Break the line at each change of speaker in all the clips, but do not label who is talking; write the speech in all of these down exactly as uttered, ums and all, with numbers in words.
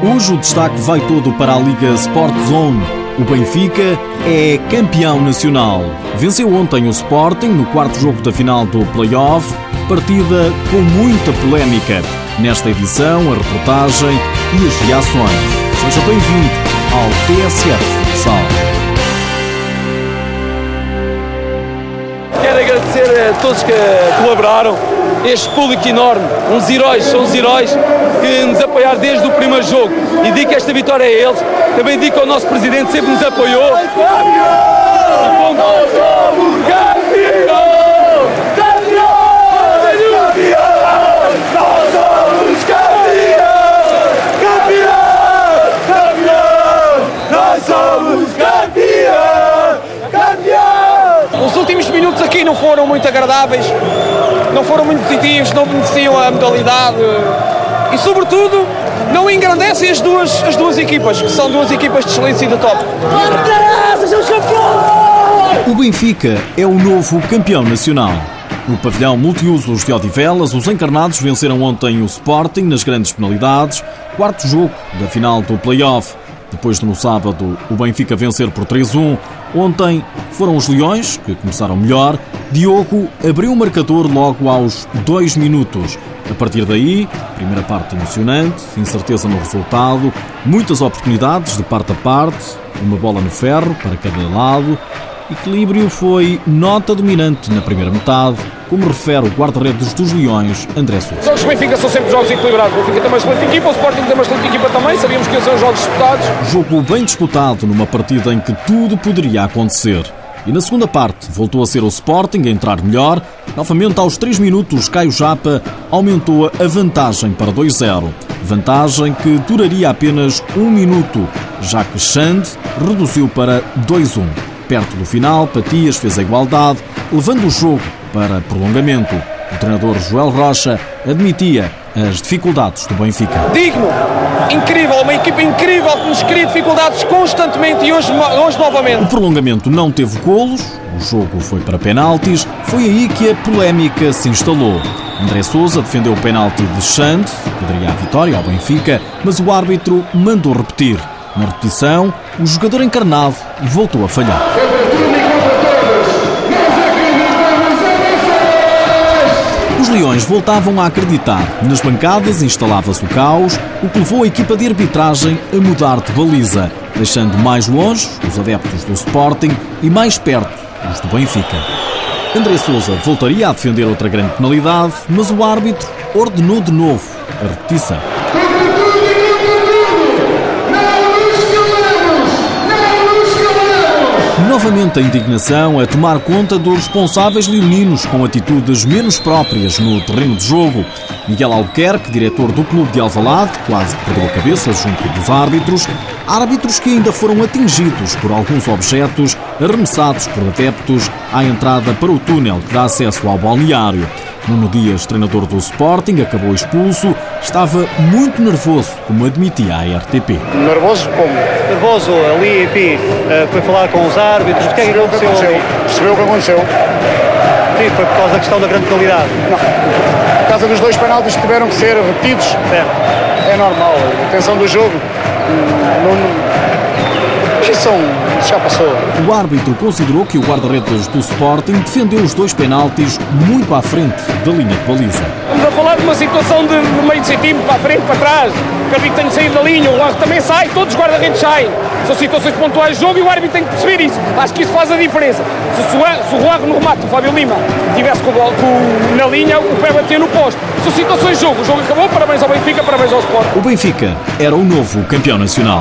Hoje o destaque vai todo para a Liga Sport Zone. O Benfica é campeão nacional. Venceu ontem o Sporting no quarto jogo da final do play-off, partida com muita polémica. Nesta edição, a reportagem e as reações. Seja bem-vindo ao T S F Futsal.
Quero agradecer a todos que colaboraram, este público enorme, uns heróis, são os heróis que nos apoiaram desde o primeiro jogo, e digo que esta vitória é a eles. Também digo que o nosso presidente sempre nos apoiou.
Os últimos minutos aqui não foram muito agradáveis, não foram muito positivos, não beneficiam a modalidade e, sobretudo, não engrandecem as duas, as duas equipas, que são duas equipas de excelência e de top.
O Benfica é o novo campeão nacional. No pavilhão multiusos de Odivelas, os encarnados venceram ontem o Sporting nas grandes penalidades, quarto jogo da final do play-off. Depois de no sábado o Benfica vencer por três a um, ontem foram os Leões que começaram melhor. Diogo abriu o marcador logo aos dois minutos. A partir daí, primeira parte emocionante, incerteza no resultado, muitas oportunidades de parte a parte, uma bola no ferro para cada lado. Equilíbrio foi nota dominante na primeira metade, como refere o guarda-redes dos Leões, André Sousa.
Os jogos do Benfica são sempre jogos equilibrados. O Benfica tem uma excelente equipa, o Sporting tem uma excelente equipa também, sabíamos que iam ser jogos disputados.
Jogo bem disputado numa partida em que tudo poderia acontecer. E na segunda parte voltou a ser o Sporting a entrar melhor. Novamente aos três minutos, Caio Japa aumentou a vantagem para dois a zero. Vantagem que duraria apenas um minuto, já que Xande reduziu para dois a um. Perto do final, Patias fez a igualdade, levando o jogo para prolongamento. O treinador Joel Rocha admitia as dificuldades do Benfica.
Digno, incrível, uma equipa incrível que nos cria dificuldades constantemente e hoje, hoje novamente.
O prolongamento não teve golos, o jogo foi para penaltis, foi aí que a polémica se instalou. André Sousa defendeu o penalti de Xande, que daria a vitória ao Benfica, mas o árbitro mandou repetir. Na repetição, o jogador encarnado voltou a falhar. Os Leões voltavam a acreditar. Nas bancadas instalava-se o caos, o que levou a equipa de arbitragem a mudar de baliza, deixando mais longe os adeptos do Sporting e mais perto os do Benfica. André Sousa voltaria a defender outra grande penalidade, mas o árbitro ordenou de novo a repetição. Novamente a indignação a tomar conta dos responsáveis leoninos com atitudes menos próprias no terreno de jogo. Miguel Albuquerque, diretor do clube de Alvalade, quase perdeu a cabeça junto dos árbitros. Árbitros que ainda foram atingidos por alguns objetos arremessados por adeptos à entrada para o túnel que dá acesso ao balneário. Nuno Dias, treinador do Sporting, acabou expulso. Estava muito nervoso, como admitia a R T P.
Nervoso como?
Nervoso ali, enfim, foi falar com os árbitros. O que é que aconteceu?
Percebeu o que aconteceu?
Sim, foi por causa da questão da grande qualidade.
Não. Por causa dos dois penaltis que tiveram que ser repetidos.
É,
é normal. A tensão do jogo. Não, não... Isso já passou.
O árbitro considerou que o guarda-redes do Sporting defendeu os dois penaltis muito à frente da linha de baliza.
Estamos a falar de uma situação de meio de centímetro para a frente, para trás. O árbitro tem de sair da linha, o árbitro também sai, todos os guarda-redes saem. São situações pontuais de jogo e o árbitro tem que perceber isso. Acho que isso faz a diferença. Se o Juan no remate, o Fábio Lima, tivesse com, com, na linha, o pé bater no posto. São situações de jogo. O jogo acabou, parabéns ao Benfica, parabéns ao Sporting.
O Benfica era o novo campeão nacional.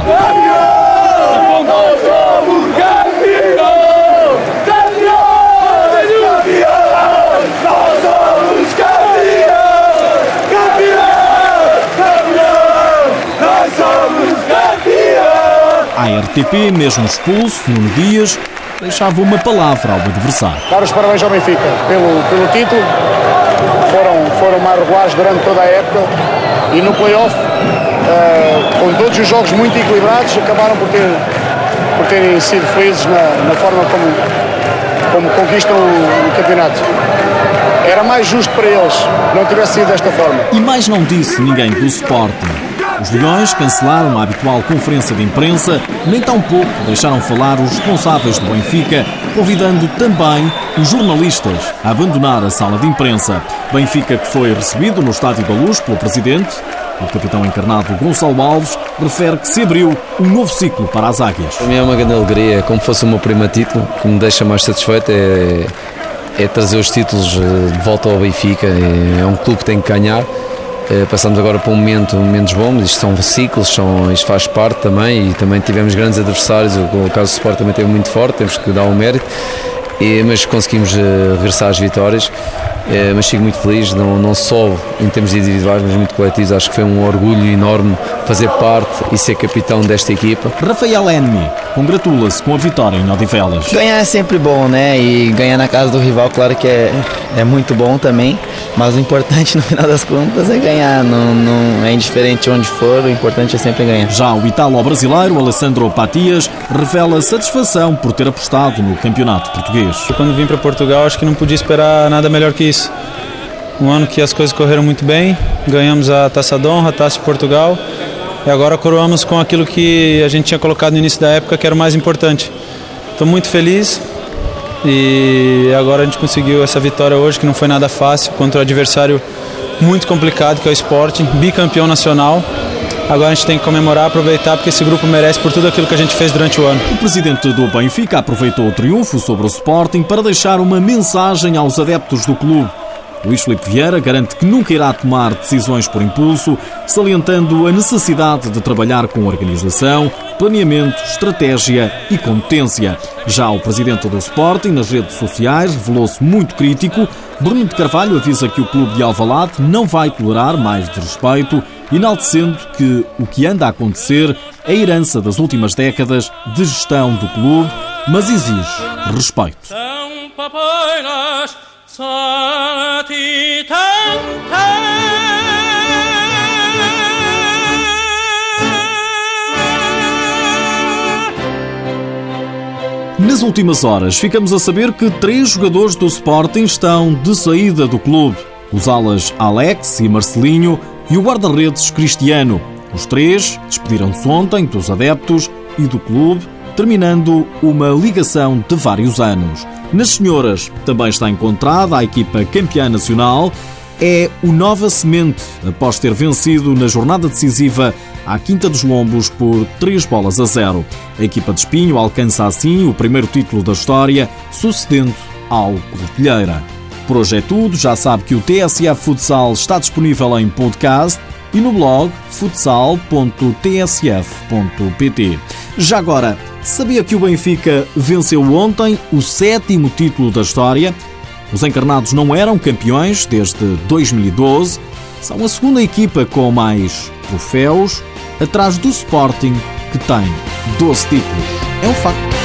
A R T P, mesmo expulso, Nuno Dias, deixava uma palavra ao adversário.
Dar os parabéns ao Benfica pelo, pelo título. Foram, foram mais regulares durante toda a época e no play-off, uh, com todos os jogos muito equilibrados, acabaram por, ter, por terem sido felizes na, na forma como, como conquistam o, o campeonato. Era mais justo para eles não tivesse sido desta forma.
E mais não disse ninguém do Sporting. Os Leões cancelaram a habitual conferência de imprensa, nem tão pouco deixaram falar os responsáveis do Benfica, convidando também os jornalistas a abandonar a sala de imprensa. Benfica que foi recebido no Estádio da Luz pelo presidente. O capitão encarnado Gonçalo Alves refere que se abriu um novo ciclo para as Águias.
Para mim é uma grande alegria, é como fosse o meu primeiro título, o que me deixa mais satisfeito é, é trazer os títulos de volta ao Benfica. É um clube que tem que ganhar. Passamos agora por um momento menos bom, mas isto são ciclos, são, isto faz parte também, e também tivemos grandes adversários. O caso do Sport também esteve muito forte, temos que dar um mérito, e, mas conseguimos uh, regressar às vitórias. Uh, mas fico muito feliz, não, não só em termos individuais, mas muito coletivos. Acho que foi um orgulho enorme fazer parte e ser capitão desta equipa.
Rafael Enmi congratula-se com a vitória em Odivelas.
Ganhar é sempre bom, né? E ganhar na casa do rival, claro que é, é muito bom também, mas o importante no final das contas é ganhar, não, não é indiferente onde for, o importante é sempre ganhar.
Já o italo-brasileiro Alessandro Patias revela satisfação por ter apostado no campeonato português.
Quando vim para Portugal, acho que não podia esperar nada melhor que isso. Um ano que as coisas correram muito bem, ganhamos a Taça de Honra, a Taça de Portugal, e agora coroamos com aquilo que a gente tinha colocado no início da época, que era o mais importante. Estou muito feliz e agora a gente conseguiu essa vitória hoje, que não foi nada fácil, contra um adversário muito complicado, que é o Sport, bicampeão nacional. Agora a gente tem que comemorar, aproveitar, porque esse grupo merece por tudo aquilo que a gente fez durante o ano.
O presidente do Benfica aproveitou o triunfo sobre o Sporting para deixar uma mensagem aos adeptos do clube. Luís Filipe Vieira garante que nunca irá tomar decisões por impulso, salientando a necessidade de trabalhar com organização, planeamento, estratégia e competência. Já o presidente do Sporting, nas redes sociais, revelou-se muito crítico. Bruno de Carvalho avisa que o clube de Alvalade não vai tolerar mais desrespeito, enaltecendo que o que anda a acontecer é a herança das últimas décadas de gestão do clube, mas exige respeito. Nas últimas horas, ficamos a saber que três jogadores do Sporting estão de saída do clube. Os alas Alex e Marcelinho e o guarda-redes Cristiano. Os três despediram-se ontem dos adeptos e do clube, terminando uma ligação de vários anos. Nas senhoras também está encontrada a equipa campeã nacional. É o Nova Semente, após ter vencido na jornada decisiva à Quinta dos Lombos por três bolas a zero. A equipa de Espinho alcança assim o primeiro título da história, sucedendo ao Cordilheira. Por hoje é tudo. Já sabe que o T S F Futsal está disponível em podcast e no blog futsal ponto t s f ponto p t. Já agora, sabia que o Benfica venceu ontem o sétimo título da história? Os encarnados não eram campeões desde dois mil e doze. São a segunda equipa com mais troféus, atrás do Sporting, que tem doze títulos. É um facto.